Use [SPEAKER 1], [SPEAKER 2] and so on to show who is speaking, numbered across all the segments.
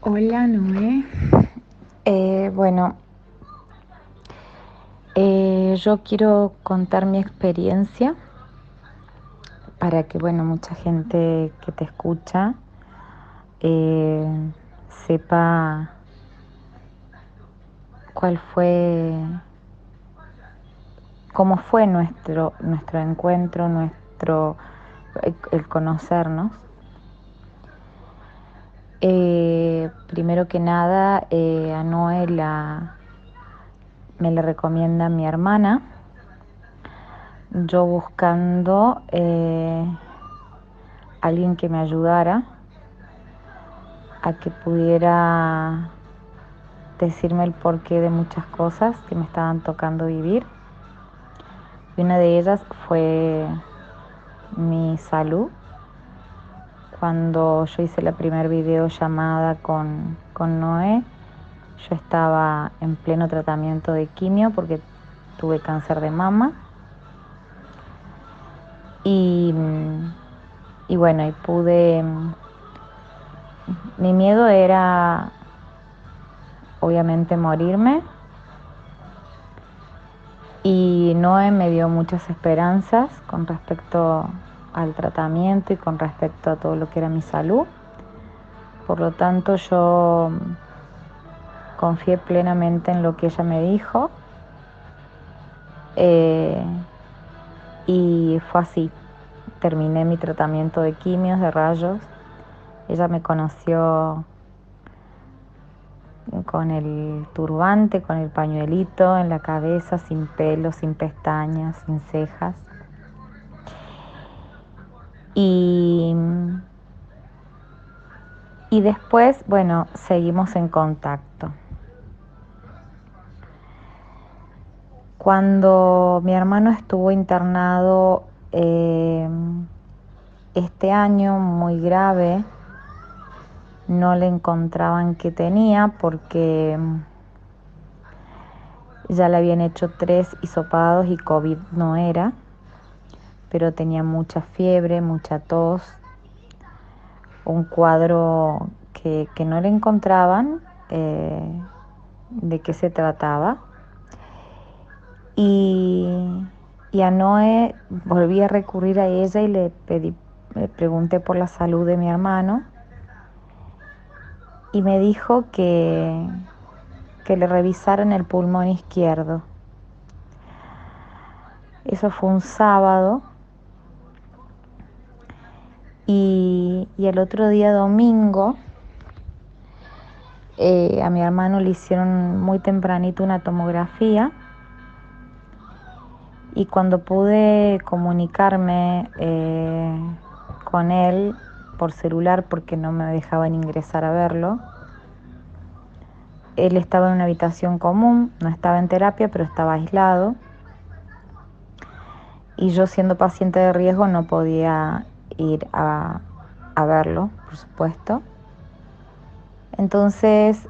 [SPEAKER 1] Hola, Noé.
[SPEAKER 2] Bueno, yo quiero contar mi experiencia para que, bueno, mucha gente que te escucha eh, sepa cuál fue, cómo fue nuestro encuentro, el conocernos. Primero que nada, a Noé me la recomienda mi hermana, yo buscando alguien que me ayudara a que pudiera decirme el porqué de muchas cosas que me estaban tocando vivir. Y una de ellas fue mi salud. Cuando yo hice la primera videollamada con Noé, yo estaba en pleno tratamiento de quimio porque tuve cáncer de mama. Y, y bueno, y pude... Mi miedo era obviamente morirme. Y Noé me dio muchas esperanzas con respecto al tratamiento y con respecto a todo lo que era mi salud. Por lo tanto, yo confié plenamente en lo que ella me dijo, eh, y fue así. Terminé mi tratamiento de quimios, de rayos. Ella me conoció con el turbante, con el pañuelito en la cabeza, sin pelo, sin pestañas, sin cejas. Y Y después, bueno, seguimos en contacto. Cuando mi hermano estuvo internado este año, muy grave, no le encontraban qué tenía porque ya le habían hecho 3 hisopados y COVID no era, pero tenía mucha fiebre, mucha tos, un cuadro que no le encontraban de qué se trataba. Y, y a Noé volví a recurrir a ella y le pregunté por la salud de mi hermano y me dijo que le revisaran el pulmón izquierdo. Eso fue un sábado y el otro día domingo a mi hermano le hicieron muy tempranito una tomografía y cuando pude comunicarme con él por celular porque no me dejaban ingresar a verlo, él estaba en una habitación común, no estaba en terapia, pero estaba aislado. Y yo, siendo paciente de riesgo, no podía ir a verlo, por supuesto. Entonces,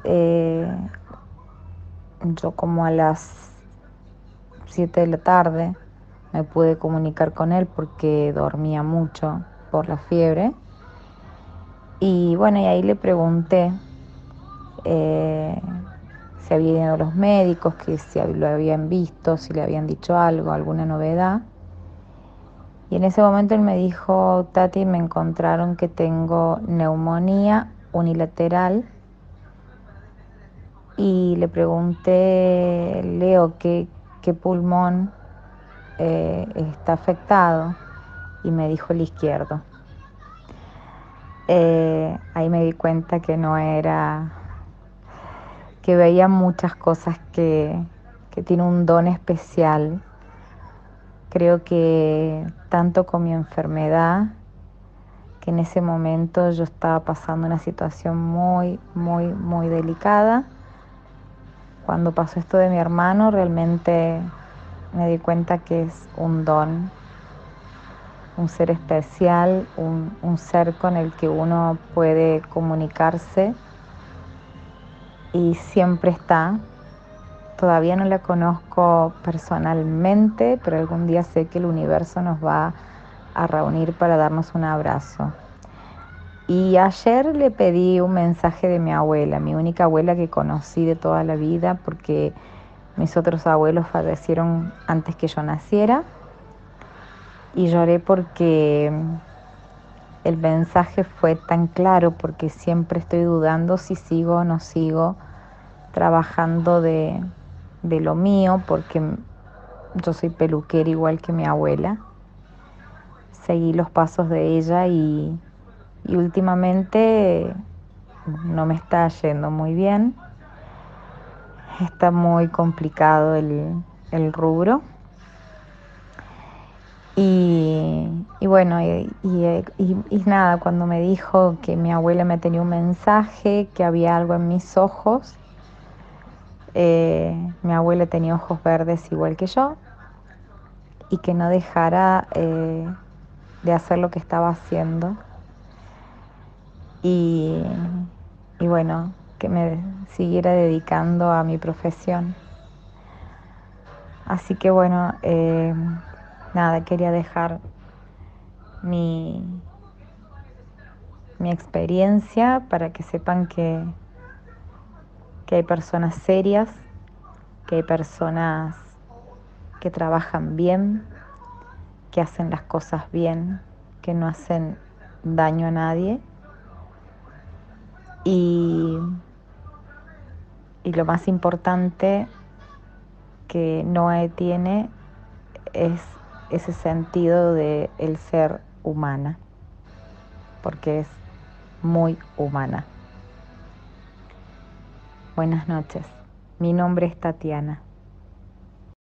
[SPEAKER 2] yo como a las 7 de la tarde me pude comunicar con él porque dormía mucho por la fiebre. Y bueno, y ahí le pregunté eh, si había ido a los médicos, que si lo habían visto, si le habían dicho algo, alguna novedad. Y en ese momento él me dijo: Tati, me encontraron que tengo neumonía unilateral. Y le pregunté: Leo, ¿qué pulmón está afectado? Y me dijo el izquierdo. Ahí me di cuenta que no era, que veía muchas cosas que tiene un don especial. Creo que tanto con mi enfermedad, que en ese momento yo estaba pasando una situación muy, muy, muy delicada. Cuando pasó esto de mi hermano, realmente me di cuenta que es un don, un ser especial, un ser con el que uno puede comunicarse y siempre está. Todavía no la conozco personalmente, pero algún día sé que el universo nos va a reunir para darnos un abrazo. Y ayer le pedí un mensaje de mi abuela, mi única abuela que conocí de toda la vida, porque mis otros abuelos fallecieron antes que yo naciera. Y lloré porque el mensaje fue tan claro, porque siempre estoy dudando si sigo o no sigo trabajando de lo mío, porque yo soy peluquera igual que mi abuela. Seguí los pasos de ella y últimamente no me está yendo muy bien. Está muy complicado el rubro. Y bueno, y nada, cuando me dijo que mi abuela me tenía un mensaje, que había algo en mis ojos, mi abuela tenía ojos verdes igual que yo, y que no dejara de hacer lo que estaba haciendo. Y, y bueno, que me siguiera dedicando a mi profesión. Así que bueno, nada, quería dejar mi, mi experiencia para que sepan que hay personas serias, que hay personas que trabajan bien, que hacen las cosas bien, que no hacen daño a nadie. Y, y lo más importante que Noé tiene es ese sentido de el ser humana, porque es muy humana. Buenas noches. Mi nombre es Tatiana.